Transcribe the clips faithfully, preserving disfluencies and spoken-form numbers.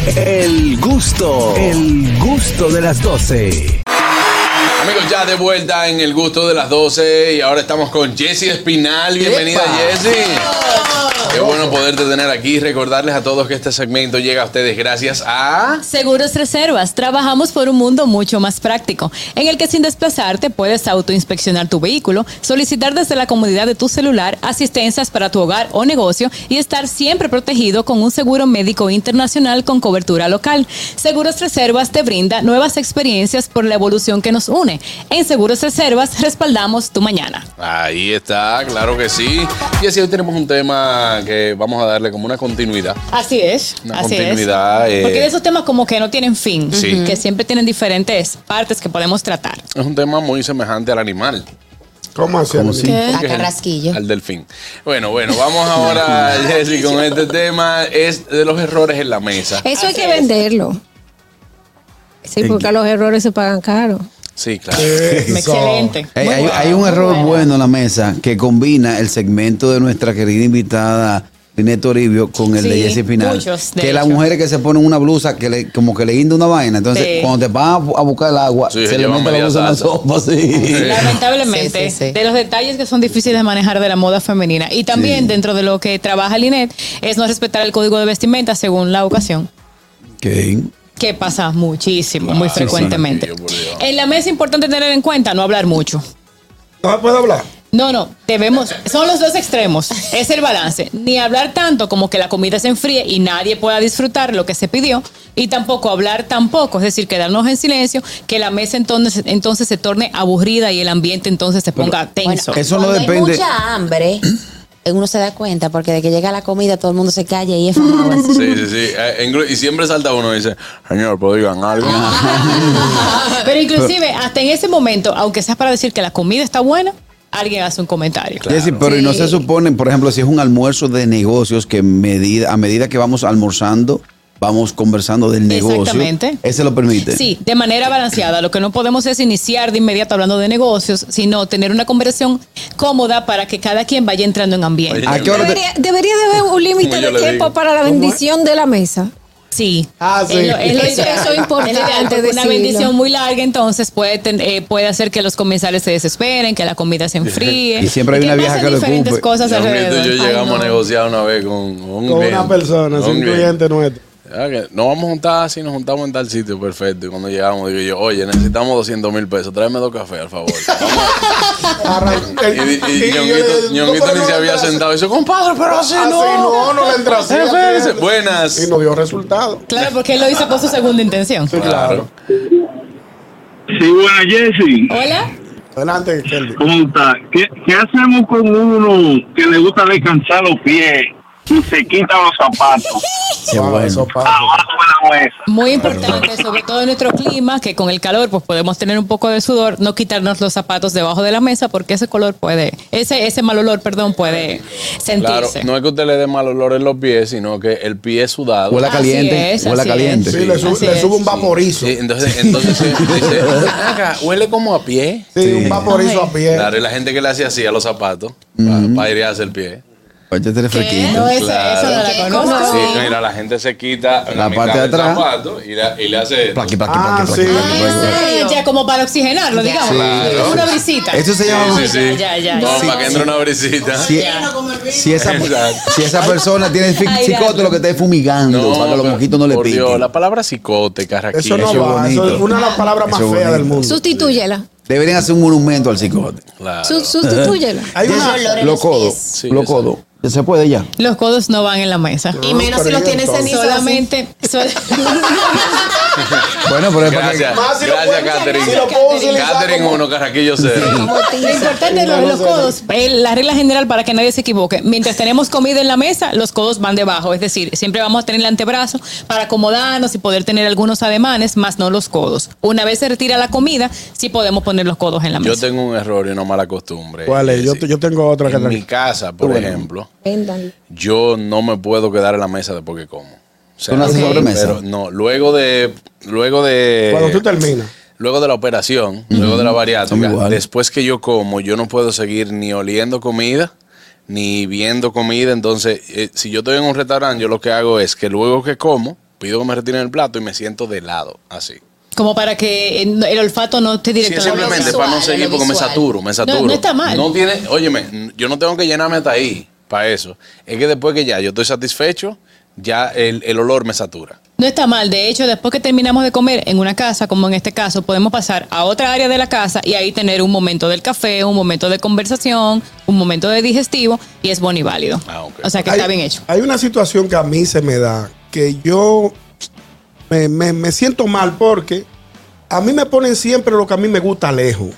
El gusto, el gusto de las doce. Amigos, ya de vuelta en el gusto de las doce y ahora estamos con Jessie Espinal. Bienvenida, Jessie. Qué bueno poderte tener aquí. Recordarles a todos que este segmento llega a ustedes gracias a Seguros Reservas. Trabajamos por un mundo mucho más práctico, en el que sin desplazarte puedes autoinspeccionar tu vehículo, solicitar desde la comodidad de tu celular asistencias para tu hogar o negocio y estar siempre protegido con un seguro médico internacional con cobertura local. Seguros Reservas te brinda nuevas experiencias por la evolución que nos une. En Seguros Reservas respaldamos tu mañana. Ahí está, claro que sí. Y así hoy tenemos un tema que vamos a darle como una continuidad. Así es, Una así continuidad, es. eh, Porque de esos temas como que no tienen fin, Sí. que siempre tienen diferentes partes que podemos tratar. Es un tema muy semejante al animal. ¿Cómo así? ¿Cómo así? ¿Qué? Que es el- Carrasquillo. Al delfín. Bueno, bueno, vamos ahora, Jessie, con este tema. Es de los errores en la mesa. Eso hay Así que es. venderlo. Sí, porque los errores se pagan caro. Sí, claro. Excelente. Hay, Muy hay- bueno, hay un muy error bueno. bueno en la mesa que combina el segmento de nuestra querida invitada Linet Toribio con el Sí, de Jessie Espinal. muchos, de que hecho. las mujeres que se ponen una blusa que le, como que le guinda una vaina. Entonces, Sí. cuando te van a, bu- a buscar el agua, Sí, se le llevan mete la media blusa en la salsa. sopa. Sí. Lamentablemente, Sí, sí, sí. de los detalles que son difíciles de manejar de la moda femenina. Y también Sí. dentro de lo que trabaja Linet es no respetar el código de vestimenta según la ocasión. Ok. Que pasa muchísimo, muy sí, frecuentemente. sí, por Dios. En la mesa es importante tener en cuenta no hablar mucho. ¿No se puede hablar? No, no, debemos, son los dos extremos, es el balance. Ni hablar tanto como que la comida se enfríe y nadie pueda disfrutar lo que se pidió, y tampoco hablar tampoco, es decir, quedarnos en silencio, que la mesa entonces, entonces se torne aburrida y el ambiente entonces se ponga tenso. eso no Cuando depende- hay mucha hambre, uno se da cuenta porque de que llega la comida todo el mundo se calla y es famoso. Sí, sí, sí. Eh, engru- Y siempre salta uno y dice, señor, pero digan algo. Pero inclusive, hasta en ese momento, aunque sea para decir que la comida está buena, alguien hace un comentario. Jessie, pero y no Sí. se supone, por ejemplo, si es un almuerzo de negocios que medida, a medida que vamos almorzando, vamos conversando del negocio. Exactamente. ¿Ese lo permite? Sí, de manera balanceada. Lo que no podemos es iniciar de inmediato hablando de negocios, sino tener una conversación cómoda para que cada quien vaya entrando en ambiente. ¿A qué hora te- Debería, debería de haber un límite Como yo de le tiempo digo. para la bendición de la mesa. Sí. Ah, sí. Es lo- es lo Eso- ideal. eso es importante Es lo ideal, porque una decirlo. bendición muy larga, entonces puede, ten- eh, puede hacer que los comensales se desesperen, que la comida se enfríe. Y siempre hay que una vieja pasen que lo diferentes escupe. cosas Ñonguito alrededor. y yo Ay, llegamos no. a negociar una vez con un Con cliente. una persona, Con sin un cliente nuestro. Ah, que nos vamos a juntar así, nos juntamos en tal sitio, perfecto. Y cuando llegamos, digo yo, oye, necesitamos doscientos mil pesos, tráeme dos cafés, al favor. Arran- Y, y, y Y yo Ñonguito, le- Ñonguito no, ni pero se no había entra así. sentado y dice, compadre, pero así Así no. no, no le entra así. Espérese. así. Buenas. Y no dio resultado. Claro, porque él lo hizo con su segunda intención. Sí, claro. Sí, buena Jessie. Hola. Adelante, Kelly. ¿Cómo está? ¿Qué, ¿Qué hacemos con uno que le gusta descansar los pies y se quita los zapatos Qué Wow, bueno. eso pasa. abajo de la mesa? Muy importante, sobre todo en nuestro clima, que con el calor pues podemos tener un poco de sudor, no quitarnos los zapatos debajo de la mesa porque ese color puede, ese ese mal olor, perdón, puede Claro, sentirse. no es que usted le dé mal olor en los pies, sino que el pie sudado. Huele Así caliente. es, Huele así caliente. es. Sí, le, sube, Así le es. sube un vaporizo. Sí, entonces, entonces sí, dice, "Acá, huele como a pie. Sí, un vaporizo a pie. Claro, y la gente que le hace así a los zapatos, para airearse el pie. Échate el fresquito. No, esa, Claro. esa no la ¿Qué conozco. cosa? Sí, mira, la gente se quita La mitad parte de del atrás. zapato y, la- y le hace esto. Plaqui, plaqui, Ah, plaqui, sí. plaqui, plaqui, plaqui. Ah, ya como para oxigenarlo, digamos. Claro. Una brisita. Eso se llama. Sí, sí, sí. Ya, ya, ya. No, Sí. para que entre una brisita. Si, si esa, Exacto. si esa persona tiene fi- Ay, cicote, dale. lo que está es fumigando para que los pero, mosquitos no le por Dios, piquen. la palabra cicote, carraquillo. Eso no Eso es va. Eso bonito. es una de las palabras más Eso es feas del bonito. mundo. Sustitúyela. Deberían hacer un monumento al cicote. Claro. Su- Sustitúyela. Hay una. Los codos. Sí, Los eso. codos. ¿Se puede ya? Los codos no van en la mesa. Y menos si los tienes Entonces. cenizos. Solamente. sol- Bueno, pero es para que. Gracias, Más si lo gracias, puedo- Catherine. si lo puedo utilizar Catherine como- uno, carraquillo cero. Lo importante de los, los codos, eh, la regla general para que nadie se equivoque, mientras tenemos comida en la mesa, los codos van debajo, es decir, siempre vamos a tener el antebrazo para acomodarnos y poder tener algunos ademanes, más no los codos. Una vez se retira la comida, sí podemos poner los codos en la Yo mesa. tengo un error y una mala costumbre. ¿Cuál es? Yo, Sí. yo tengo otra que En mi traer. casa, por ejemplo, Véndalo. yo no me puedo quedar en la mesa después que como. O sea, ¿Tú no haces sobremesa? pero no, luego de, luego de, Cuando tú terminas. luego de la operación, luego de la Somos bariátrica, iguales. después que yo como, yo no puedo seguir ni oliendo comida, ni viendo comida. Entonces, eh, si yo estoy en un restaurante, yo lo que hago es que luego que como, pido que me retiren el plato y me siento de lado, así. Como para que el, el olfato no esté directo Sí, en la boca. simplemente visual, para no seguir lo porque me visual. saturo, me saturo. No, no está mal. No tiene, óyeme, yo no tengo que llenarme hasta ahí para eso. Es que después que ya yo estoy satisfecho, ya el, el olor me satura. No está mal. De hecho, después que terminamos de comer en una casa, como en este caso, podemos pasar a otra área de la casa y ahí tener un momento del café, un momento de conversación, un momento de digestivo y es bueno y válido. Ah, ok. O sea que Hay- está bien hecho. Hay una situación que a mí se me da, que yo me, me- me siento mal porque a mí me ponen siempre lo que a mí me gusta lejos.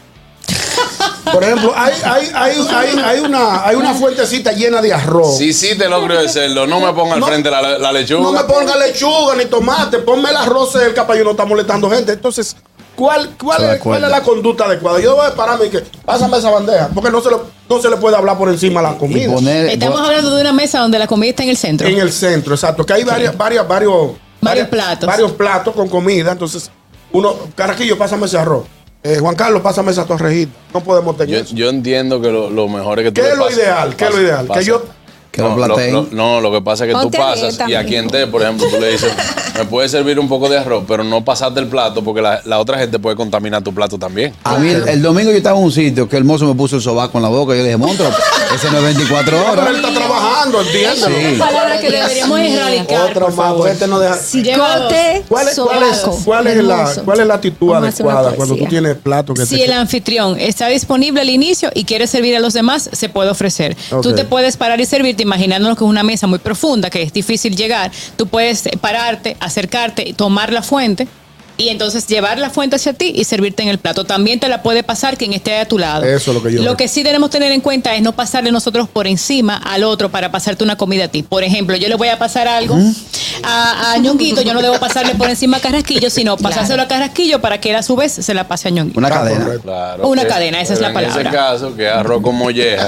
Por ejemplo, hay, hay, hay, hay, hay una, hay una fuentecita llena de arroz. Sí, sí, te logro de cerdo. No me ponga al No, frente la, la lechuga. No me ponga lechuga ni tomate, ponme el arroz cerca para yo no estar molestando gente. Entonces, ¿cuál, cuál, Estoy de es, cuál acuerdo. es la conducta adecuada? Yo voy a pararme y que pásame esa bandeja, porque no se, le, no se le puede hablar por encima de la Y comida. poner. Estamos hablando de una mesa donde la comida está en el centro. En el centro, exacto. Que hay varias, varias, varios, varias- platos. Varios platos con comida. Entonces, uno, Carraquillo, pásame ese arroz. Eh, Juan Carlos, pásame esa torrejita. No podemos tener Yo, eso. yo entiendo que lo, lo mejor es que tú ¿Qué le es lo pases- ideal? ¿Qué es lo pases- ideal? Que pases. yo- Que lo no, lo, plateen. lo- no, lo que pasa es que Ponte tú a pasas dieta, y a mijo. quien te, por ejemplo, tú le dices, me puedes servir un poco de arroz, pero no pasarte el plato porque la, la otra gente puede contaminar tu plato también. A mí el, el domingo yo estaba en un sitio que el mozo me puso el sobaco en la boca y yo le dije, monstruo, ese no es veinticuatro Pero él horas. está trabajando, entiéndelo. Sí. Palabra que deberíamos erradicar. Otra por más, favor. porque este no deja. Lleva dos. Cicote, ¿Cuál es, cuál es, sobaco. cuál es la, Hermoso. cuál es la actitud Vamos a hacer una adecuada cuando tú poesía. tienes plato que Si te el anfitrión está disponible al inicio y quiere servir a los demás, se puede ofrecer. Ok. Tú te puedes parar y servirte, imaginándonos que es una mesa muy profunda, que es difícil llegar. Tú puedes pararte, acercarte, tomar la fuente y entonces llevar la fuente hacia ti y servirte en el plato. También te la puede pasar quien esté a tu lado. Eso es lo que yo- Lo que sí debemos tener en cuenta es no pasarle nosotros por encima al otro para pasarte una comida a ti. Por ejemplo, yo le voy a pasar algo a, a Ñonguito, yo no debo pasarle por encima a Carrasquillo, sino pasárselo a Carrasquillo para que él a su vez se la pase a Ñonguito. Una Está cadena. correcto. Claro. Una que- cadena, esa es pero la En ese palabra. caso, que arroz con molleja,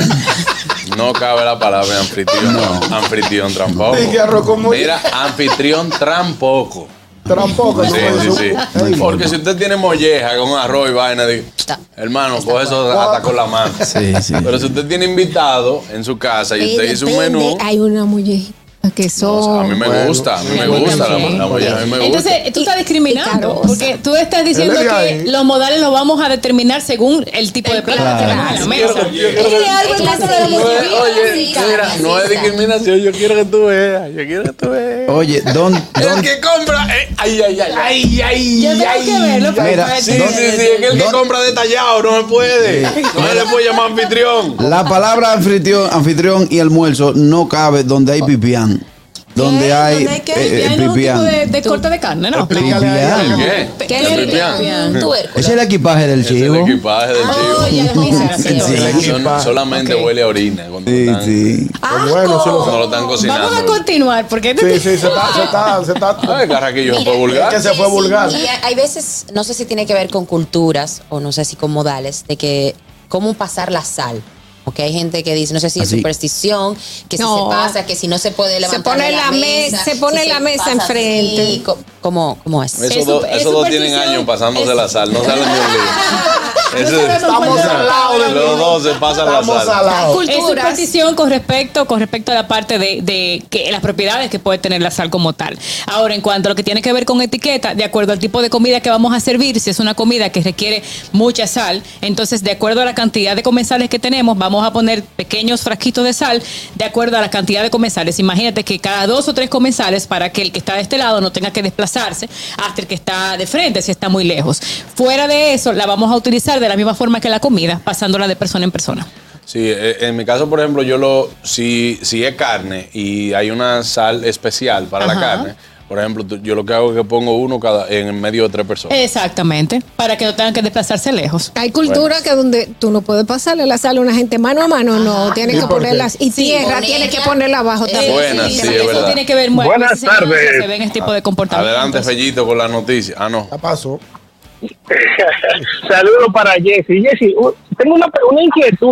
no cabe la palabra anfitrión. No. Anfitrión tampoco. Sí, que arroz con molleja. Mira, anfitrión tampoco. Tampoco. Sí, no, sí, eso- sí. Ey, Porque si usted tiene molleja con arroz y vaina, digo, hermano, coge eso hasta con la mano. Sí, sí. Pero si usted tiene invitado en su casa y usted hizo un menú, Hay una mullejita que son. no, a mí me Bueno, gusta, a mí me me gusta la, también. la molleja, a mí me gusta. Entonces, tú estás discriminando, Picarosa. porque tú estás diciendo Él es de que ahí. los modales los vamos a determinar según el tipo de plato que tenemos en la mesa. Es que algo en casa de la No es- mullejita. Oye, mira, no es discriminación, yo quiero que tú veas, yo quiero que tú veas. Oye, ¿dónde? El que compra, eh, ay, ay, ay, ay, ay, Yo tengo ay. que verlo para Mira, para Sí, entender. sí, sí, es que el que compra detallado no se puede. No se le puede llamar anfitrión. La palabra anfitrión, anfitrión y almuerzo no cabe donde hay pipián. Donde ¿Qué? hay ¿Dónde hay qué? eh, eh, Hay un tipo pipián. de, de corte de carne, ¿no? Explícale a Pipián. ella. ¿Qué? ¿Qué El es pipián. Tuerco. Ese es el equipaje del Es el chivo. equipaje del chivo. Oye, las misas, sí, Sí. ¿verdad? Son- solamente Ok. huele a orina cuando, Sí, están, sí. Pues bueno, sí lo cuando lo están cocinando. Vamos a continuar, porque este Sí, sí, se está, se está, se está. Ay, Carraquillo, fue Es vulgar. que se fue vulgar. Y hay- hay veces, no sé si tiene que ver con culturas o no sé si con modales, de que cómo pasar la sal. Porque hay gente que dice, no sé si es Así. superstición, que si No. se pasa, que si no se puede levantar pone de la, la me- mesa. se pone si la mesa pasa enfrente. así, co- ¿Cómo, ¿Cómo es? Esos Es dos, su- es esos dos tienen superstición. años pasándose Es- la sal, no salen de un lío. Ese- Estamos al lado de los dos se pasan la Estamos sal. al lado. es superstición con respecto, con respecto a la parte de, de que las propiedades que puede tener la sal como tal. Ahora, en cuanto a lo que tiene que ver con etiqueta, de acuerdo al tipo de comida que vamos a servir, si es una comida que requiere mucha sal, entonces de acuerdo a la cantidad de comensales que tenemos, vamos a poner pequeños frasquitos de sal de acuerdo a la cantidad de comensales. Imagínate que cada dos o tres comensales, para que el que está de este lado no tenga que desplazarse hasta el que está de frente, si está muy lejos. Fuera de eso, la vamos a utilizar de la misma forma que la comida, pasándola de persona en persona. Sí, eh, en mi caso, por ejemplo, yo lo, si, si es carne y hay una sal especial para la Ajá. carne, por ejemplo, tú- yo lo que hago es que pongo uno cada, en el medio de tres personas. Exactamente, para que no tengan que desplazarse lejos. Hay cultura que donde tú no puedes pasarle la sal a una gente mano a mano, no, tienes ¿Y que por qué? ponerlas. Y tierra, ponerla. tienes que ponerla abajo también. Buena, sí, es eso verdad. tiene que ver muy Buenas sí, señor, tardes. que se ven este tipo de comportamientos. Adelante, Fellito, con la noticia. Ah, no. Ya pasó. Saludos para Jessy. Jessy, u- tengo una, una inquietud.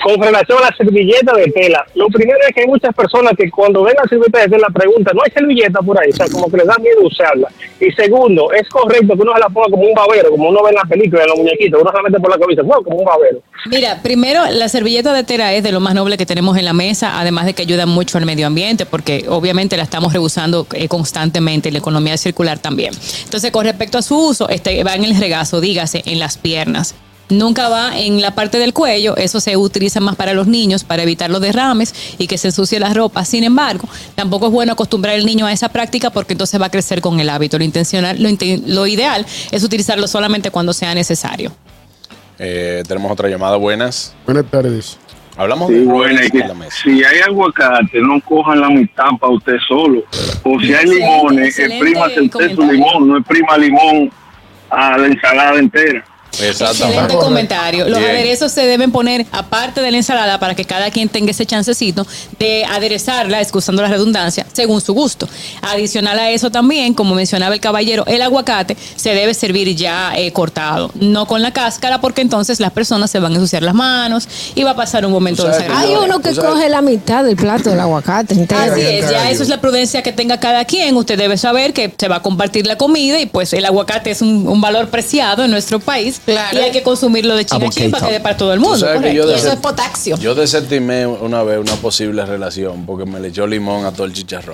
con relación a la servilleta de tela. Lo primero es que hay muchas personas que cuando ven la servilleta de tela preguntan, ¿no hay servilleta por ahí? O sea, como que les da miedo usarla. Y segundo, es correcto que uno se la ponga como un babero, como uno ve en la película, en los muñequitos, uno se la mete por la cabeza, bueno, como un babero. Mira, primero, la servilleta de tela es de lo más noble que tenemos en la mesa, además de que ayuda mucho al medio ambiente, porque obviamente la estamos reusando eh, constantemente, y la economía circular también. Entonces, con respecto a su uso, este va en el regazo, dígase, en las piernas. Nunca va en la parte del cuello, eso se utiliza más para los niños, para evitar los derrames y que se ensucie la ropa. Sin embargo, tampoco es bueno acostumbrar al niño a esa práctica porque entonces va a crecer con el hábito. Lo intencional, lo, lo ideal es utilizarlo solamente cuando sea necesario. Eh, tenemos otra llamada, buenas. Buenas tardes. Hablamos Sí, de bueno, roles es que en la mesa. si hay aguacate, no cojan la mitad para usted solo. O si hay Excelente, limones, excelente exprímase usted su comentario. limón, no exprima limón a la ensalada entera. Excelente Exactamente. comentario. Los Bien. aderezos se deben poner aparte de la ensalada para que cada quien tenga ese chancecito de aderezarla, excusando la redundancia, según su gusto. Adicional a eso también, como mencionaba el caballero, el aguacate se debe servir ya eh, cortado, no con la cáscara, porque entonces las personas se van a ensuciar las manos y va a pasar un momento Tú sabes que desagradable. Hay uno que Tú sabes- coge la mitad del plato del aguacate entero. Así es, ya eso es la prudencia que tenga cada quien. Usted debe saber que se va a compartir la comida y pues el aguacate es un, un valor preciado en nuestro país. Claro. Y hay que consumirlo de chin a chin para que dé para todo el mundo. Tú sabes que correcto. yo Y eso desert- es potasio. Yo desestimé una vez una posible relación porque me le echó limón a todo el chicharrón.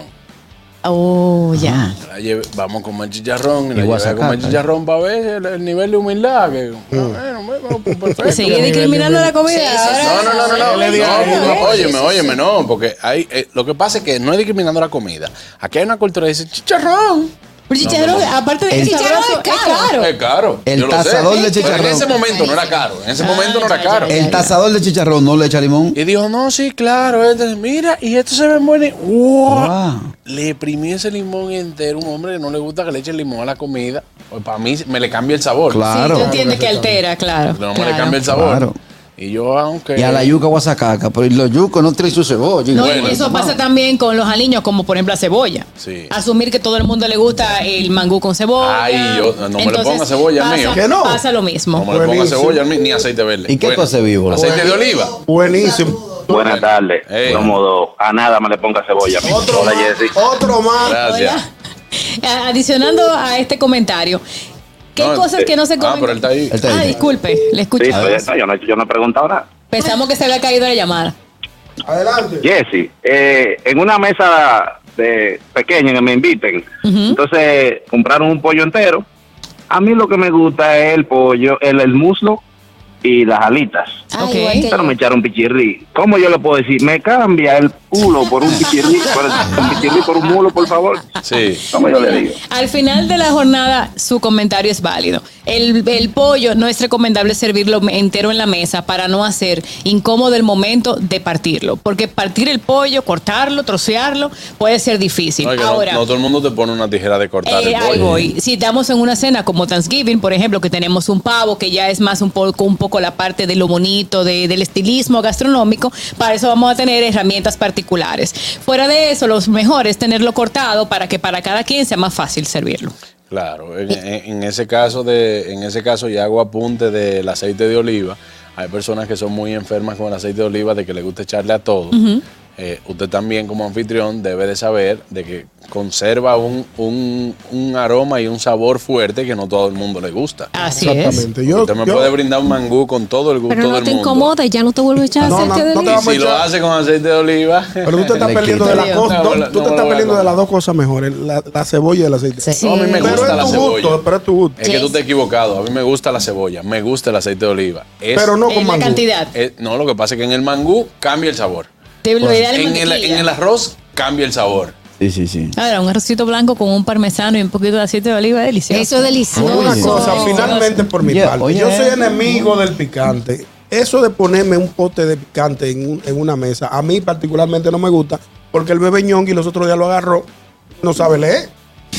Oh, ya. La llevé- vamos a comer chicharrón y la Y llevé a guasacaca. comer chicharrón para ver el, el nivel de humildad. Que, bueno, bueno, pues, perfecto. Sigue discriminando la comida. Sí, sí, sí. ahora- No, no, no, no, no, le diga no, a él, no, ¿no? óyeme, óyeme, no, porque hay, eh, lo que pasa es que no es discriminando la comida. Aquí hay una cultura que dice chicharrón. Pero chicharrón, aparte de que El- es sabroso, es caro. Es caro. El yo lo sé. tasador de Pero chicharrón. en ese momento no era caro. En ese Ah, momento no era ya, caro. ya, El tasador de chicharrón no le echa limón. Y dijo, no, sí, claro. este- mira, y esto se ve bueno. ¡Wow! Wow. Le exprimí ese limón entero. Un hombre que no le gusta que le eche limón a la comida. Pues para mí me le cambia el sabor. Claro. Sí, tú entiendes que altera, claro. No me claro. le cambia el sabor. Claro. Y yo, aunque. Y a la yuca guasacaca, pero los yucos no traen su cebolla. No, Bueno, y eso pasa también con los aliños, como por ejemplo la cebolla. Sí. Asumir que todo el mundo le gusta el mangú con cebolla. Ay, yo- no me le Entonces, ponga cebolla al pasa, mío. ¿Qué no? Pasa lo mismo. No me le ponga Buenísimo. cebolla al mí, ni aceite verde. ¿Y qué Bueno, tú haces vivo? Aceite de oliva. Buenísimo. Buenas tardes. Hey. Somos dos. A nada me le ponga cebolla. Otro Hola, más. Jessy. Otro más. Gracias. Oiga, adicionando a este comentario, ¿qué No, cosas eh, que no se ah, comen? pero él está ahí. Él está Ah, ahí. disculpe, le Sí, escuché. pues, no, yo, no, yo no he preguntado nada. Pensamos que se había caído la llamada. Adelante. Jessy, eh, en una mesa de pequeña que me inviten, entonces compraron un pollo entero. A mí lo que me gusta es el pollo, el, el muslo y las alitas. Ah, Ok. igual que Pero yo. me echaron pichirrí. ¿Cómo yo le puedo decir? Me cambia el culo por un pichirrí, por el, el pichirrí por un mulo, por favor. Sí. ¿Cómo yo le digo? Al final de la jornada, su comentario es válido. El, el pollo no es recomendable servirlo entero en la mesa para no hacer incómodo el momento de partirlo. Porque partir el pollo, cortarlo, trocearlo, puede ser difícil. No, es que no- Ahora, no, todo el mundo te pone una tijera de cortar Eh, el ahí pollo. voy. Si estamos en una cena como Thanksgiving, por ejemplo, que tenemos un pavo, que ya es más un poco, un poco la parte de lo bonito, de- del estilismo gastronómico, para eso vamos a tener herramientas particulares. Fuera de eso, lo mejor es tenerlo cortado para que para cada quien sea más fácil servirlo. Claro, en, en- en ese caso de, en ese caso ya hago apunte del aceite de oliva. Hay personas que son muy enfermas con el aceite de oliva, de que le gusta echarle a todo. Eh, usted también como anfitrión debe de saber de que conserva un, un, un aroma y un sabor fuerte que no todo el mundo le gusta. Así es. Exactamente. Yo, Usted me yo- puede brindar un mangú con todo el gusto Pero no del te mundo. incomoda y ya no te vuelve a echar No, no, aceite de no te oliva. vamos a Y si lo echar- hace con aceite de oliva. Pero tú te estás Le perdiendo de, quita. la cosa- No, do- no, tú no te lo estás voy a perdiendo de comer. las dos cosas mejores, la, la cebolla y el aceite. Sí. No, a mí me Pero gusta es la tu cebolla. gusto, pero es tu gusto. Es que tú te has equivocado. A mí me gusta la cebolla, me gusta el aceite de oliva. Es- Pero no con En la mangú. cantidad. es- no, lo que pasa es que en el mangú cambia el sabor. Te- lo ideal es En el, mantequilla. en el arroz cambia el sabor. Sí, sí, sí. Ahora, un arrocito blanco con un parmesano y un poquito de aceite de oliva, delicioso. Eso es delicioso. Una Sí. cosa, finalmente por mi Oye, parte, oye, yo soy eh. enemigo del picante. Eso de ponerme un pote de picante en, un- en una mesa, a mí particularmente no me gusta, porque el bebé ñongui los otros días lo agarró, no sabe leer.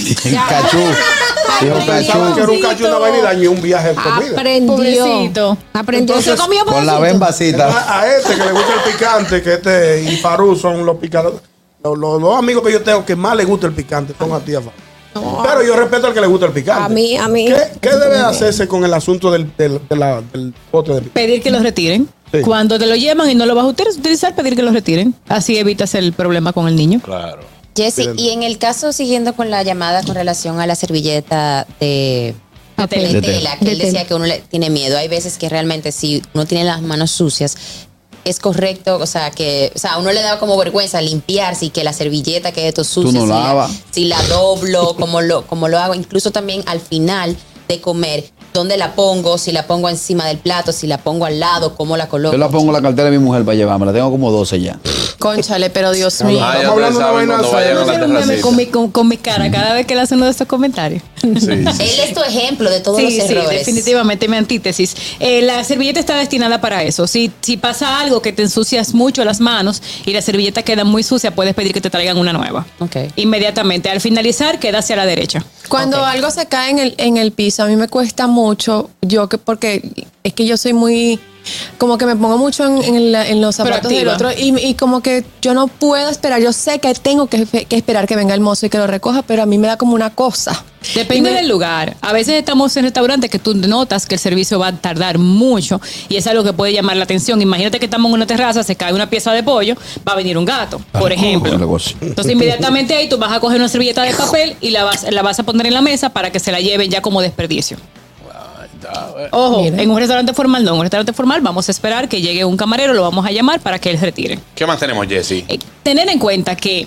Cachú. Dijo Pensaba que cachú. era un cacho y una vaina y dañó un viaje de comida. Aprendió. Pobrecito. Aprendió. Entonces, Se comió Con la pedacito. bembacita. A, a este que le gusta el picante, que este y Farú son los picadores. Los, los dos amigos que yo tengo que más les gusta el picante son a ti y a Farú. Pero yo respeto al que le gusta el picante. A mí, a mí. ¿Qué, qué debe hacerse con el asunto del, del, de la- del pote de picante? Pedir que los retiren. Sí. Cuando te lo llevan y no lo vas a utilizar, pedir que lo retiren. Así evitas el problema con el niño. Claro. Jessy, y en el caso, siguiendo con la llamada con relación a la servilleta de, De de tela. tela, que De él decía tela. que uno le tiene miedo. Hay veces que realmente si uno tiene las manos sucias, es correcto, o sea, que, o sea, a uno le da como vergüenza limpiarse y que la servilleta quede todo sucia. no si, la, lavas. si la doblo, como lo, como lo hago, incluso también al final de comer, ¿dónde la pongo? Si la pongo encima del plato, si la pongo al lado, ¿cómo la coloco? Yo la pongo en la cartera de mi mujer para llevármela. Tengo como doce ya. Cónchale, pero Dios mío. Ah, ya Estamos hablando de ustedes una saben vaina cuando vayan a No la hacer un meme terracita. con mi, con, con mi cara cada vez que él hace uno de estos comentarios. Sí, sí, Él sí. es tu ejemplo de todos Sí, los sí, errores. definitivamente mi antítesis. Eh, la servilleta está destinada para eso. Si, si pasa algo que te ensucias mucho las manos y la servilleta queda muy sucia, puedes pedir que te traigan una nueva. Ok. Inmediatamente. Al finalizar, queda hacia la derecha. Cuando Ok. algo se cae en el, en el piso, a mí me cuesta mucho, yo que porque es que yo soy muy, como que me pongo mucho en, en, la- en los zapatos del Proactiva. otro y, y como que yo no puedo esperar, yo sé que tengo que, que esperar que venga el mozo y que lo recoja, pero a mí me da como una cosa. Depende Y me- del lugar. A veces estamos en restaurantes que tú notas que el servicio va a tardar mucho y es algo que puede llamar la atención. Imagínate que estamos en una terraza, se cae una pieza de pollo, va a venir un gato, por ejemplo. Un negocio. Entonces inmediatamente ahí tú vas a coger una servilleta de papel y la vas, la vas a poner en la mesa para que se la lleven ya como desperdicio. Ahí está, eh. Ojo, Mira. en un restaurante formal no, en un restaurante formal vamos a esperar que llegue un camarero, lo vamos a llamar para que él retire. ¿Qué más tenemos, Jessy? Eh, tener en cuenta que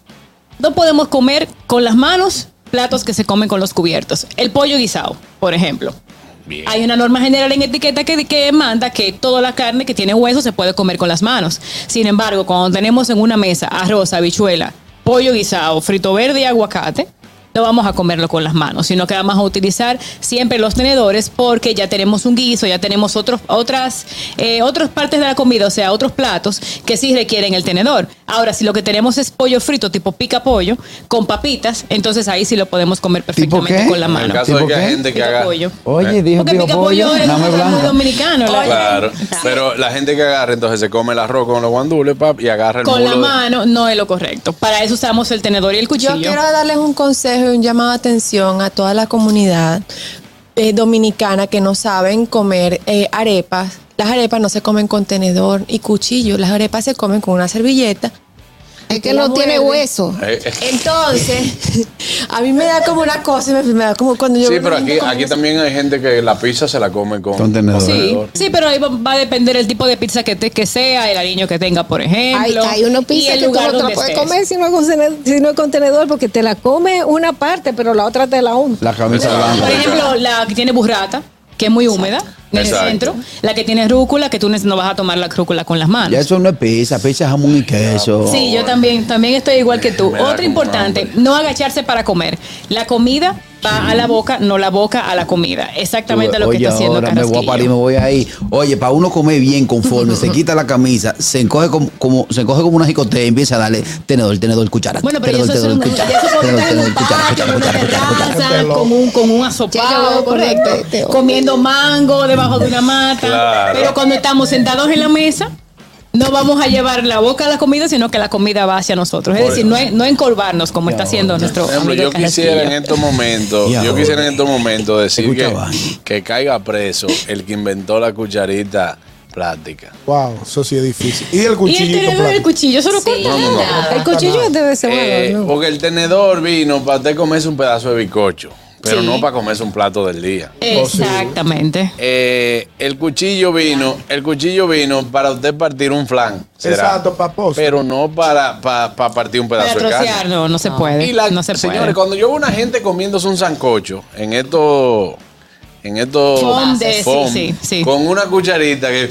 no podemos comer con las manos platos que se comen con los cubiertos. El pollo guisado, por ejemplo. Bien. Hay una norma general en etiqueta que, que manda que toda la carne que tiene hueso se puede comer con las manos. Sin embargo, cuando tenemos en una mesa arroz, habichuela, pollo guisado, frito verde y aguacate, no vamos a comerlo con las manos, sino que vamos a utilizar siempre los tenedores porque ya tenemos un guiso, ya tenemos otros, otras, eh, otras partes de la comida, o sea, otros platos que sí requieren el tenedor. Ahora, si lo que tenemos es pollo frito tipo pica pollo con papitas, entonces ahí sí lo podemos comer perfectamente qué? con la En el mano. caso de ¿Tipo que hay qué? gente que Pica haga... pollo. Oye, dijo Porque pico pica pollo, pollo es dame algo blanca. dominicano. la- Claro, pero la gente que agarra, entonces se come el arroz con los guandules, pap, y agarra el Con la mulo. mano no es lo correcto. Para eso usamos el tenedor y el cuchillo. Yo quiero darles un consejo y un llamado de atención a toda la comunidad eh, dominicana que no saben comer eh, arepas. Las arepas no se comen con tenedor y cuchillo, las arepas se comen con una servilleta. Es que La no tiene muerde. hueso. Eh, eh, Entonces, a mí me da como una cosa, me, me da como cuando yo Sí, veo pero una gente aquí, comiendo aquí eso. también hay gente que la pizza se la come con, Con tenedor. Sí, tenedor. sí, pero ahí va, va a depender el tipo de pizza que, te, que sea, el aliño que tenga, por Hay, ejemplo. hay uno y pizza el que tú lugar no te la donde puedes estés. comer si no, es con tenedor, si no es con tenedor porque te la come una parte, pero la otra te la unta. La camisa blanca. Por ejemplo, la que tiene burrata, que es muy húmeda en Exacto. el centro. La que tiene rúcula, que tú no vas a tomar la rúcula con las manos. Ya eso no es pizza, pizza es jamón y queso. Sí, yo también, también estoy igual que tú. Me da Otra como importante, hambre. no agacharse para comer. La comida va a la boca, no la boca a la comida. Exactamente lo que Oye, está haciendo ahora me voy a Carrasquillo. parir, me voy ahí. Oye, para uno comer bien conforme, se quita la camisa, se encoge como, como se encoge como una jicotea y empieza a darle tenedor, tenedor, cuchara. Bueno, pero tenedor, eso es un, tenedor, ya cuchara, eso puede tenedor, estar en un tenedor, cuchara, patio, en cuchara, una cuchara, cuchara, cuchara. terraza, con un, con un Ya, asopado, ya, correcto, te- te- comiendo mango debajo de una mata. Claro. Pero cuando estamos sentados en la mesa, no vamos a llevar la boca a la comida, sino que la comida va hacia nosotros. Es Por- decir, no, es- no encorvarnos como está haciendo nuestro Por ejemplo, amigo yo quisiera en Carrasquillo. estos momentos, Y yo ahora, quisiera en estos momentos decir escucha que, vaina. que caiga preso el que inventó la cucharita plástica. Wow, eso sí es difícil. Y el Y el cuchillito tenedor del plástico. cuchillo, eso no Sí. corta No, no, no. nada. El cuchillo debe ser Eh, bueno, ¿no? Porque el tenedor vino para usted comerse un pedazo de bizcocho, pero Sí. no para comerse un plato del día. Exactamente. Eh, el cuchillo vino, el cuchillo vino para usted partir un flan. será, Exacto, paposo. pero no para, para, para partir un Para pedazo de trocear, carne. no, no se puede. Y la- no se señores, puede. cuando yo veo una gente comiéndose un sancocho en estos en estos Foam de- sí, foam, sí, sí. con una cucharita que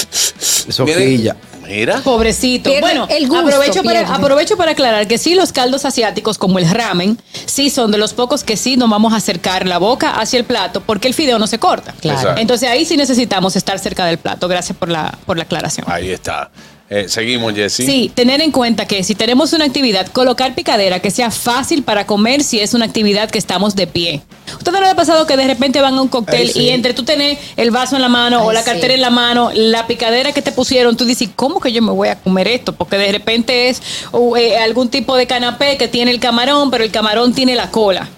Eso Miren, quilla. Mira. Pobrecito. Pierde Bueno, el gusto, aprovecho, para, pierde. aprovecho para aclarar que sí, los caldos asiáticos como el ramen, sí son de los pocos que sí nos vamos a acercar la boca hacia el plato porque el fideo no se corta. Claro. Exacto. Entonces ahí sí necesitamos estar cerca del plato. Gracias por la, por la aclaración. Ahí está. Eh, seguimos, Jessy. Sí, tener en cuenta que si tenemos una actividad, colocar picadera que sea fácil para comer si es una actividad que estamos de pie. ¿Usted no le ha pasado que de repente van a un cóctel Ay, sí. y entre tú tenés el vaso en la mano o Ay, la cartera sí. en la mano, la picadera que te pusieron, tú dices, ¿cómo que yo me voy a comer esto? Porque de repente es uh, eh, algún tipo de canapé que tiene el camarón, pero el camarón tiene la cola.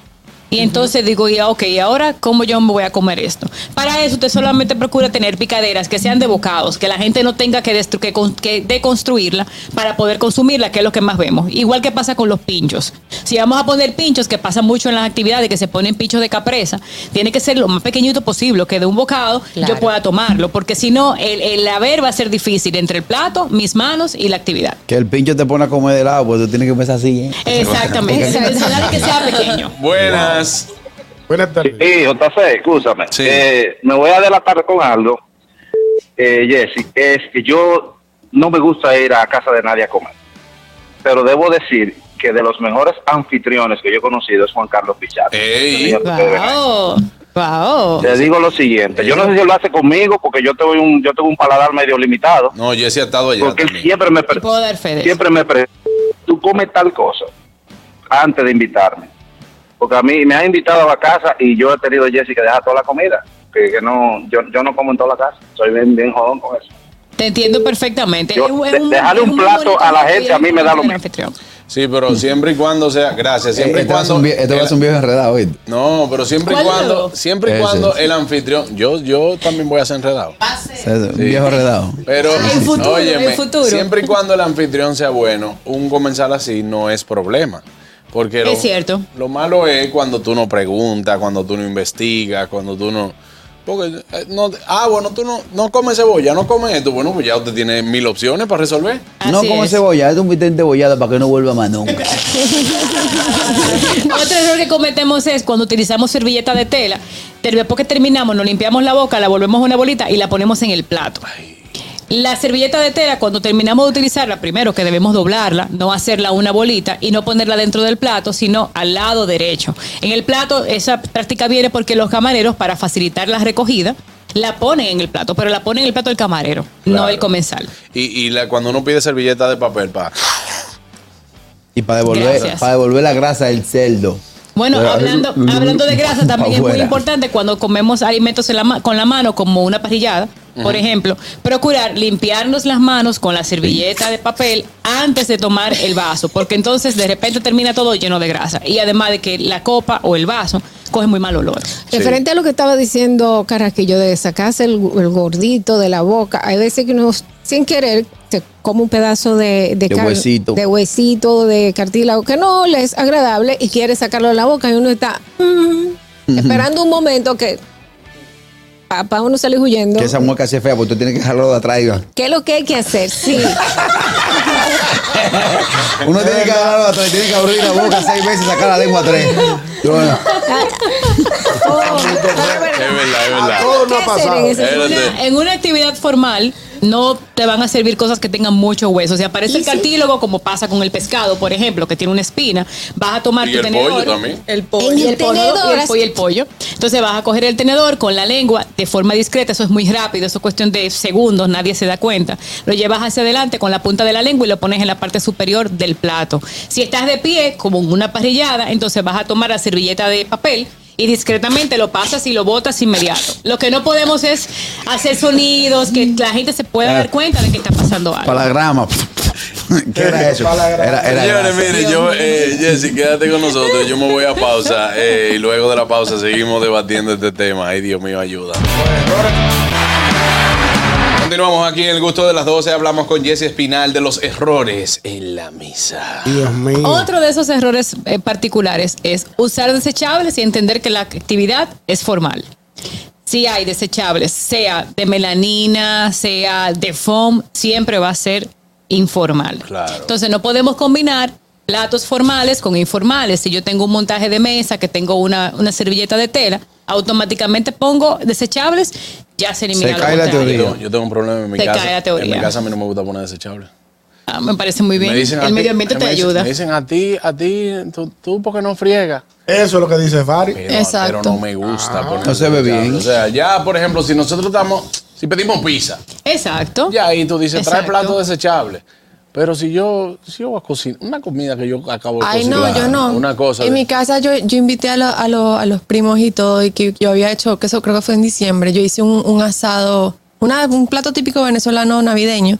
Y entonces digo, ya, ok, ¿y ahora cómo yo me voy a comer esto? Para eso usted solamente procura tener picaderas que sean de bocados, que la gente no tenga que, destru- que, con- que deconstruirla para poder consumirla, que es lo que más vemos. Igual que pasa con los pinchos. Si vamos a poner pinchos, que pasa mucho en las actividades, que se ponen pinchos de capresa, tiene que ser lo más pequeñito posible, que de un bocado Claro. yo pueda tomarlo, porque si no, el, el haber va a ser difícil entre el plato, mis manos y la actividad. Que el pincho te pone a comer de lado, pues tú tienes que empezar así, ¿eh? Exactamente. Intencionar que sea pequeño. Buenas. Buenas tardes. Sí, J C, escúchame. Sí. Eh, me voy a delatar con algo, eh, Jessy. Es que yo no me gusta ir a casa de nadie a comer. Pero debo decir que de los mejores anfitriones que yo he conocido es Juan Carlos Pichardo. Ey. Wow. Wow. Te digo lo siguiente, yo no sé si él lo hace conmigo porque yo tengo un yo tengo un paladar medio limitado, No, Jesse ha estado allá porque él también. siempre me pre- Puedo dar fe de eso. siempre me pre- tú comes tal cosa antes de invitarme, porque a mí me ha invitado a la casa y yo he tenido, Jessy, que dejar toda la comida, que, que no yo yo no como en toda la casa, soy bien bien jodón con eso. Te entiendo perfectamente. Yo, Es un- de- es un- dejarle es un muy plato bonito a la momento gente, a mí me da lo del mismo. anfitrión. Sí, pero siempre y cuando sea, gracias, siempre y Este va a ser cuando un vie- este va a ser un viejo enredado, ¿oíste? no, pero siempre y ¿Cuál cuando, luego? siempre y Ese, cuando ese. el anfitrión, yo, yo también voy a ser enredado. Un viejo enredado. Pero, En futuro, óyeme, en futuro. siempre y cuando el anfitrión sea bueno, un comensal así no es problema. Porque lo, Es cierto. lo malo es cuando tú no preguntas, cuando tú no investigas, cuando tú no... Porque, eh, no ah, bueno, tú no, no comes cebolla, no comes esto. Bueno, pues ya usted tiene mil opciones para resolver. No Así como es. cebolla, es un bistec de bollada para que no vuelva más nunca. Otro error que cometemos es cuando utilizamos servilleta de tela, ter- después que terminamos, nos limpiamos la boca, la volvemos una bolita y la ponemos en el plato. La servilleta de tela, cuando terminamos de utilizarla, primero que debemos doblarla, no hacerla una bolita y no ponerla dentro del plato, sino al lado derecho. En el plato, esa práctica viene porque los camareros, para facilitar la recogida, la ponen en el plato, pero la ponen en el plato del camarero, no Claro. el comensal. Y, y la, cuando uno pide servilleta de papel para... Y para devolver, Gracias. para devolver la grasa del cerdo. Bueno, Pero- hablando, hablando de grasa, también Pa' es muy fuera. importante cuando comemos alimentos en la ma- con la mano, como una parrillada, por ejemplo, procurar limpiarnos las manos con la servilleta de papel antes de tomar el vaso, porque entonces de repente termina todo lleno de grasa. Y además de que la copa o el vaso coge muy mal olor. Referente a lo que estaba diciendo Carraquillo, de sacarse el, el gordito de la boca, hay veces que uno sin querer se come un pedazo de, de, De car- huesito. de huesito, de cartílago, que no le es agradable y quiere sacarlo de la boca y uno está mm, esperando un momento que para uno salir huyendo. Que esa mueca sea fea, porque tú tienes que dejarlo de atrás. Iván. ¿Qué es lo que hay que hacer? Sí. Uno tiene que agarrarlo de atrás, tiene que abrir la boca seis veces y sacar la lengua tres. Y bueno, Oh, Es verdad, es verdad. A todos nos ha ¿qué hacer pasado. en ese- Espérate. Una- en una actividad formal no te van a servir cosas que tengan mucho hueso. Si aparece el cartílago, como pasa con el pescado, por ejemplo, que tiene una espina, vas a tomar Y tu el tenedor. pollo también. El pollo. En y el el pollo, tenedor, y el pollo y el pollo. Entonces vas a coger el tenedor con la lengua de forma discreta. Eso es muy rápido, eso es cuestión de segundos, nadie se da cuenta. Lo llevas hacia adelante con la punta de la lengua y lo pones en la parte superior del plato. Si estás de pie, como en una parrillada, entonces vas a tomar la servilleta de papel y discretamente lo pasas y lo botas inmediato. Lo que no podemos es hacer sonidos que la gente se pueda dar cuenta de que está pasando algo. para la grama. ¿Qué era eso? Para la grasa. Era, era Señores, grasa. mire, yo, eh, Jessy, quédate con nosotros. Yo me voy a pausa eh, y luego de la pausa seguimos debatiendo este tema. Ay, Dios mío, ayuda. Continuamos aquí en El Gusto de las doce. Hablamos con Jessy Espinal de los errores en la misa. Dios mío. Otro de esos errores eh, particulares es usar desechables y entender que la actividad es formal. Si hay desechables, sea de melanina, sea de foam, siempre va a ser informal. Claro. Entonces no podemos combinar platos formales con informales. Si yo tengo un montaje de mesa, que tengo una, una servilleta de tela, automáticamente pongo desechables, ya se elimina Se lo cae la contrario. teoría. Yo, yo tengo un problema en mi Se casa. cae la teoría. En mi casa a mí no me gusta poner desechable. Ah, me parece muy bien. Me dicen a El ti- medio ambiente me te dicen- ayuda. Me dicen a ti, a ti, tú, tú ¿por qué no friegas? Eso es lo que dice Fari. Pero, Exacto. pero no me gusta poner No se ve desechable. bien. O sea, ya, por ejemplo, si nosotros estamos, si pedimos pizza, Exacto. ya ahí tú dices, trae Exacto. plato desechable. Pero si yo, si yo voy a cocinar, una comida que yo acabo de Ay, cocinar. no, yo no. Una cosa. En de- mi casa yo, yo invité a, lo- a, lo- a los primos y todo, y que yo había hecho, que eso creo que fue en diciembre, yo hice un, un asado, una, un plato típico venezolano navideño,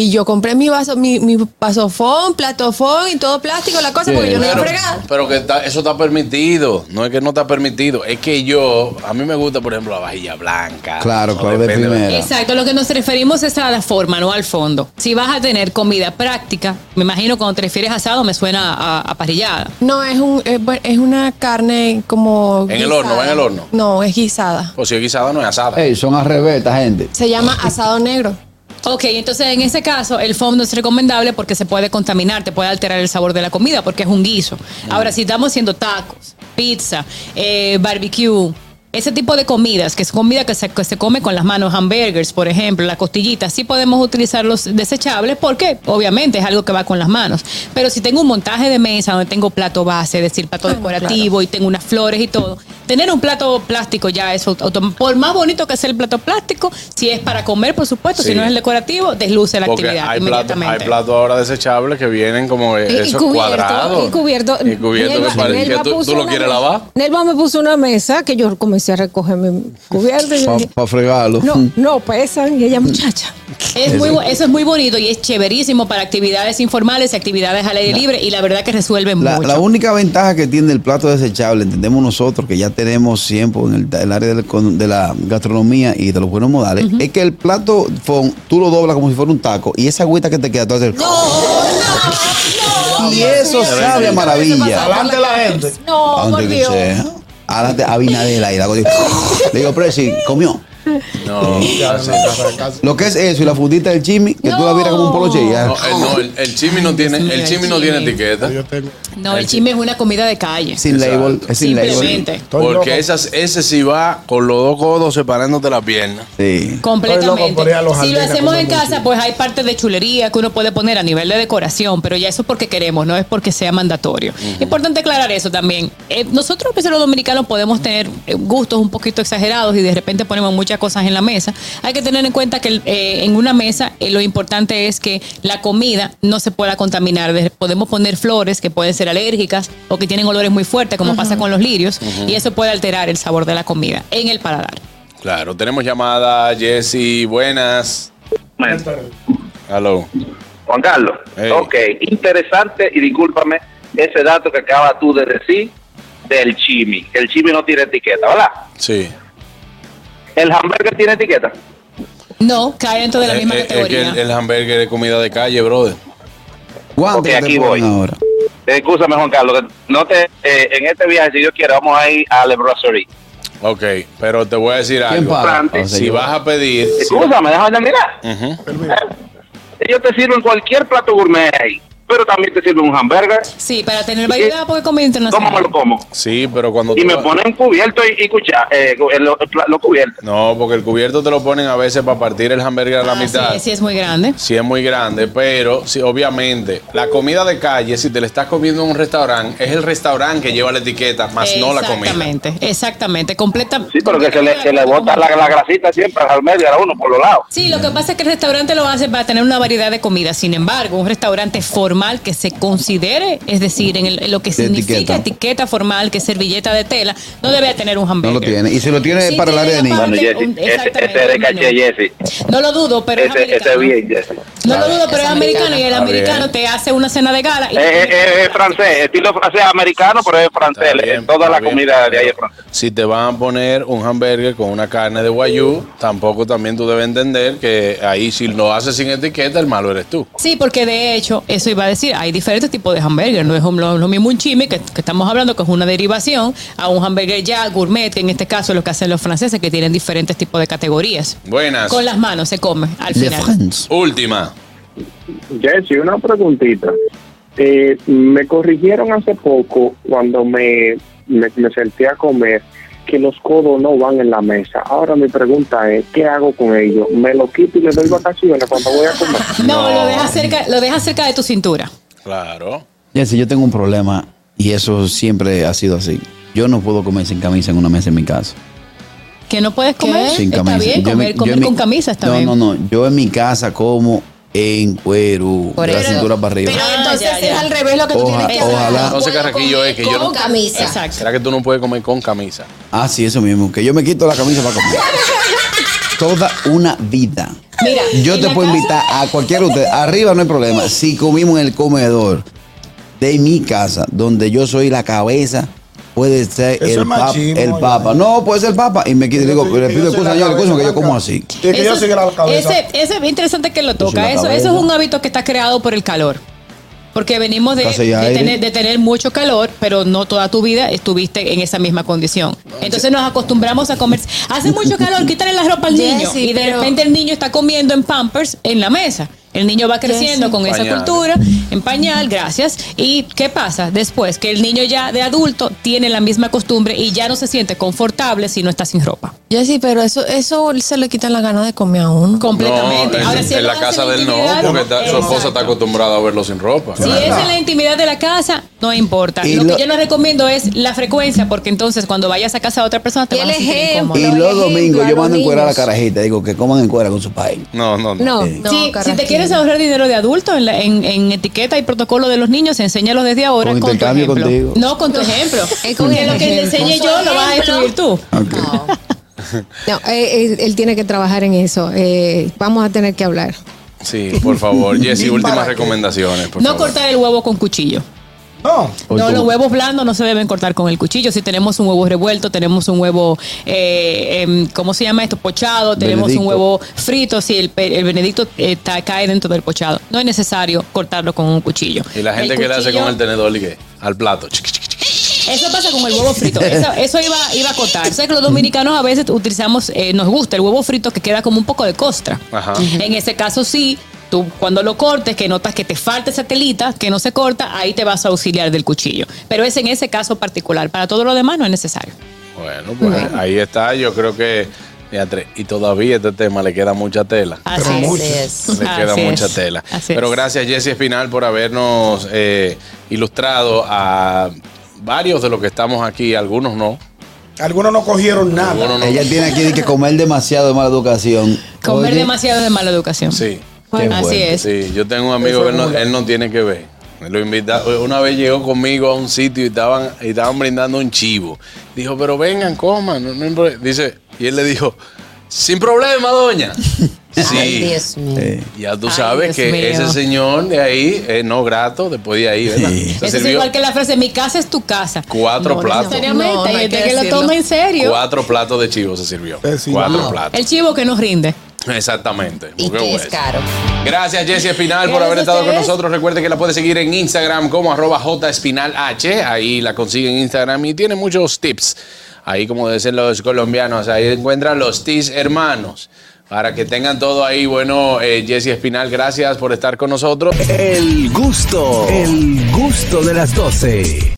Y yo compré mi vaso, mi, mi vasofón, platofón y todo plástico, la cosa, Sí. porque yo no iba a Pero, fregar. pero que está- eso está permitido. No es que no está permitido. Es que yo, a mí me gusta, por ejemplo, la vajilla blanca. Claro, No claro, de depende primera. Exacto, lo que nos referimos es a la forma, no al fondo. Si vas a tener comida práctica, me imagino cuando te refieres a asado me suena a, a parrillada. No, es un es, bu- es una carne como. ¿En el horno? ¿Va en el horno? No, es guisada. Pues si es guisada, no es asada. Ey, son al revés esta gente. Se llama asado negro. Ok, entonces en ese caso el foam no es recomendable porque se puede contaminar, te puede alterar el sabor de la comida porque es un guiso. Ahora, si estamos haciendo tacos, pizza, eh, barbecue, ese tipo de comidas, que es comida que se, que se come con las manos, hamburgers, por ejemplo, la costillita, sí podemos utilizar los desechables porque obviamente es algo que va con las manos. Pero si tengo un montaje de mesa donde tengo plato base, es decir, plato Ah, decorativo y tengo unas flores y todo, tener un plato plástico ya es autom- por más bonito que sea el plato plástico, si es para comer, por supuesto, Sí. si no es el decorativo, desluce la Porque actividad hay platos inmediatamente. hay platos ahora desechables que vienen como Y- y esos cubierto, cuadrados. y cubierto. Y cubierto Nelva- que parece que Nelva tú, puso tú lo una quieres mesa. lavar. Nelva me puso una mesa que yo comencé a recoger mi cubierto. y yo Para dije, fregarlo. no, no pesan. Y ella, muchacha. Es muy, bu- eso es muy bonito y es chéverísimo para actividades informales y actividades al aire libre y la verdad que resuelven La, mucho. la única ventaja que tiene el plato desechable, entendemos nosotros que ya tenemos tiempo en el, el área del- con- de la gastronomía y de los buenos modales, es que el plato fond, tú lo doblas como si fuera un taco y esa agüita que te queda, tú haces. Y eso sabe a maravilla. Adelante la gente. No, ¿A por dónde que Dios. sea? Adelante a Vinadela y la cosa. Le digo, Presi, comió. No, así. Lo que es eso y la fundita del chimi, que tú la vieras como un poloche y ya. No, el, no, el, el chimi no tiene, mío, el el chimi no tiene chimi. etiqueta. Yo tengo. No, el chisme es una comida de calle. Sin label, es sin label. Simplemente. Estoy loco. Porque esas, ese sí va con los dos codos separándote la pierna. Sí. Completamente. Estoy loco por ir a los Si lo jardines a hacemos en comer casa, mucho. pues hay partes de chulería que uno puede poner a nivel de decoración, pero ya eso es porque queremos, no es porque sea mandatorio. Importante aclarar eso también. Eh, nosotros, pues, los dominicanos, podemos tener eh, gustos un poquito exagerados y de repente ponemos muchas cosas en la mesa. Hay que tener en cuenta que el- eh, en una mesa eh, lo importante es que la comida no se pueda contaminar. De- podemos poner flores que pueden ser alérgicas o que tienen olores muy fuertes, como pasa con los lirios, y eso puede alterar el sabor de la comida en el paladar. Claro, tenemos llamada, Jessy, buenas. Hello. Juan Carlos, Hey. ok, interesante y discúlpame ese dato que acabas tú de decir del chimi, que el chimi no tiene etiqueta, ¿verdad? Sí. ¿El hamburger tiene etiqueta? No, cae dentro de la Eh, misma eh, es que categoría. el, el hamburger es comida de calle, brother. ¿Cuánto Ok, te aquí ponen voy. ahora? Eh, Escúchame, Juan Carlos, que no te, eh, en este viaje, si Dios quiere, vamos a ir a La Brasserie. Ok, pero te voy a decir ¿Quién algo. paga? Frante. O sea, Si yo- vas a pedir... si- Escúchame, déjame terminar. Ujú. Ellos te sirven cualquier plato gourmet ahí, pero también te sirven un hamburger. Sí, para tener variedad porque es comida ¿Cómo internacional. me lo como? Sí, pero cuando Y tú me vas- ponen cubierto y, y cuchara, eh, lo, lo cubierto. No, porque el cubierto te lo ponen a veces para partir el hamburger a la Ah, mitad. sí, sí, es muy grande. Sí es muy grande, pero sí, obviamente, la comida de calle, si te la estás comiendo en un restaurante, es el restaurante que lleva la etiqueta, más no la comida. Exactamente, exactamente, completa. Sí, pero que se le, se le bota la, la grasita siempre al medio a uno por los lados. Sí, lo que pasa es que el restaurante lo hace para tener una variedad de comida. Sin embargo, un restaurante formal que se considere, es decir, en, el- en lo que De significa etiqueta. etiqueta. formal, que es servilleta de tela, no debe tener un No hamburger. lo tiene. Y si lo tiene Sí para el área de tiene niños. aparte Bueno, Jessy, un- ese, exactamente, ese es de un caché, menú. Jessy. No lo dudo, pero es Ese, ese americano. es bien, Jessy. No lo dudo, pero Es es americano y el Está americano bien. te hace una cena de gala. y- Es, es- es- es francés, estilo francés americano, pero es francés. Está bien, Toda está la bien, comida de ahí es pero francés. Si te van a poner un hamburger con una carne de guayú, tampoco también tú debes entender que ahí si lo haces sin etiqueta, el malo eres tú. Sí, porque de hecho, eso iba a decir, hay diferentes tipos de hamburger. No es lo, lo mismo un chimi, que, que estamos hablando, que es una derivación, a un hamburger ya gourmet, que en este caso es lo que hacen los franceses, que tienen diferentes tipos de categorías. Buenas. Con las manos se come al Le final. France. Última. Jessy, una preguntita. Eh, me corrigieron hace poco cuando me, me, me senté a comer que los codos no van en la mesa. Ahora mi pregunta es, ¿qué hago con ellos? ¿Me lo quito y le doy vacaciones cuando voy a comer? No, No. Lo, dejas cerca, lo dejas cerca de tu cintura. Claro. Jessy, yo tengo un problema y eso siempre ha sido así. Yo no puedo comer sin camisa en una mesa en mi casa. Que no puedes comer. Sin Está camisa. bien, Yo en mi- comer, yo comer en mi- con camisa está no, bien. No, no, Yo en mi casa como en cuero, Por de la eso. cintura para arriba. Pero Ah, entonces ya, ya. es al revés lo que tú Oja- tienes que hacer. ojalá. Entonces, Carraquillo, es que yo no... Con camisa. Exacto. ¿Será que tú no puedes comer con camisa? Ah, sí, eso mismo. Que yo me quito la camisa para comer. toda una vida. Mira, Yo en te la puedo casa- invitar a cualquiera de ustedes. Arriba no hay problema. Si comimos en el comedor de mi casa, donde yo soy la cabeza, puede ser Eso el, es pap- machismo, el ya. papa. No, puede ser el papa. Y me quito y Yo digo, soy- le yo pido soy excusa, la señor, cabeza excusa, que yo blanca. como así. Y que yo Eso- soy la cabeza. Ese, ese es interesante que lo soy toca. la Eso, cabeza. eso es un hábito que está creado por el calor. Porque venimos de, Casa y de aire. tener, de tener mucho calor, pero no toda tu vida estuviste en esa misma condición. Entonces nos acostumbramos a comer. Hace mucho calor, quítale la ropa al niño. Jessy, Y de pero- repente el niño está comiendo en Pampers en la mesa. El niño va creciendo Jessy. con esa Pañal. cultura, en pañal, gracias. ¿Y qué pasa? Después que el niño ya de adulto tiene la misma costumbre y ya no se siente confortable si no está sin ropa. Jessy, pero eso, eso se le quitan la gana de comer a uno. Completamente. No, en, Ahora, si él en lo la hace casa en de él no, intimidad, porque está- su esposa exacto. está acostumbrada a verlo sin ropa. Si es en la intimidad de la casa, no importa. Y lo, lo- que yo no recomiendo es la frecuencia, porque entonces cuando vayas a casa de otra persona te Y van a el sentir ejemplo. incómodo. Y Pero los ejemplo, domingos a yo los mando en cuera a la niños. carajita. Digo que coman en cuera con su país. No, no, no. No. No, Sí, si carajillo. te quieres ahorrar dinero de adulto en, la- en- en etiqueta y protocolo de los niños, enséñalos desde ahora Con con, tu intercambio ejemplo. contigo. No, con tu ejemplo. Es con Porque el lo que te ejemplo. enseñe Con su yo lo vas a ejemplo. destruir tú. No. No, eh, eh, él tiene que trabajar en eso. Eh, vamos a tener que hablar. Sí, por favor. Jessy, ¿Y últimas para qué? recomendaciones, por No favor. cortar el huevo con cuchillo. No. Hoy No, como- los huevos blandos no se deben cortar con el cuchillo. Si tenemos un huevo revuelto, tenemos un huevo, eh, em, ¿cómo se llama esto? Pochado, tenemos Benedicto. un huevo frito, si el, pe- el benedicto eh, está, cae dentro del pochado. No es necesario cortarlo con un cuchillo. Y la gente El que le hace cuchillo- con el tenedor, ¿y qué? Al plato. Chiqui, chiqui, chiqui. Eso pasa con el huevo frito. Eso, eso iba, iba a cortar. Sé que los dominicanos a veces utilizamos, eh, nos gusta el huevo frito que queda como un poco de costra. Ajá. En ese caso sí, tú cuando lo cortes, que notas que te falta esa telita, que no se corta, ahí te vas a auxiliar del cuchillo. Pero es en ese caso particular. Para todo lo demás no es necesario. Bueno, pues ahí está. Yo creo que. fíjate, y todavía este tema le queda mucha tela. Así Pero es. mucho. Así es. Le queda Así mucha es. tela. Así Pero es. gracias, Jessy Espinal, por habernos eh, ilustrado a varios de los que estamos aquí, algunos no. Algunos no cogieron nada. Algunos no. Ella tiene aquí que comer demasiado de mala educación. Comer Oye, demasiado de mala educación. Sí, qué Así fuerte. es. sí. Yo tengo un amigo Eso que es él no, burla. él no tiene que ver. Lo invita, una vez llegó conmigo a un sitio y estaban, y estaban brindando un chivo. Dijo, pero vengan, coman. No, no hay problema. Dice, y él le dijo, sin problema, doña. Ay, Sí. Dios mío. Eh, Ya tú Ay, sabes Dios que mío. ese señor de ahí es no grato después de ahí, ¿verdad? Sí. Se Eso es sirvió igual que la frase, mi casa es tu casa. cuatro No platos. necesariamente, No, no hay hay gente que que lo decirlo. toma en serio. Cuatro platos de chivo se sirvió. Eh, sí. Cuatro Wow. platos. El chivo que nos rinde. Exactamente. Y Porque que es bueno. caro. Gracias, Jessy Espinal, por Gracias haber a estado con ustedes. nosotros. Recuerde que la puede seguir en Instagram como arroba jespinalh. Ahí la consigue en Instagram y tiene muchos tips. Ahí, como dicen los colombianos, ahí encuentran los tips hermanos. Para que tengan todo ahí. Bueno, eh, Jessy Espinal, gracias por estar con nosotros. El gusto, el gusto de las doce.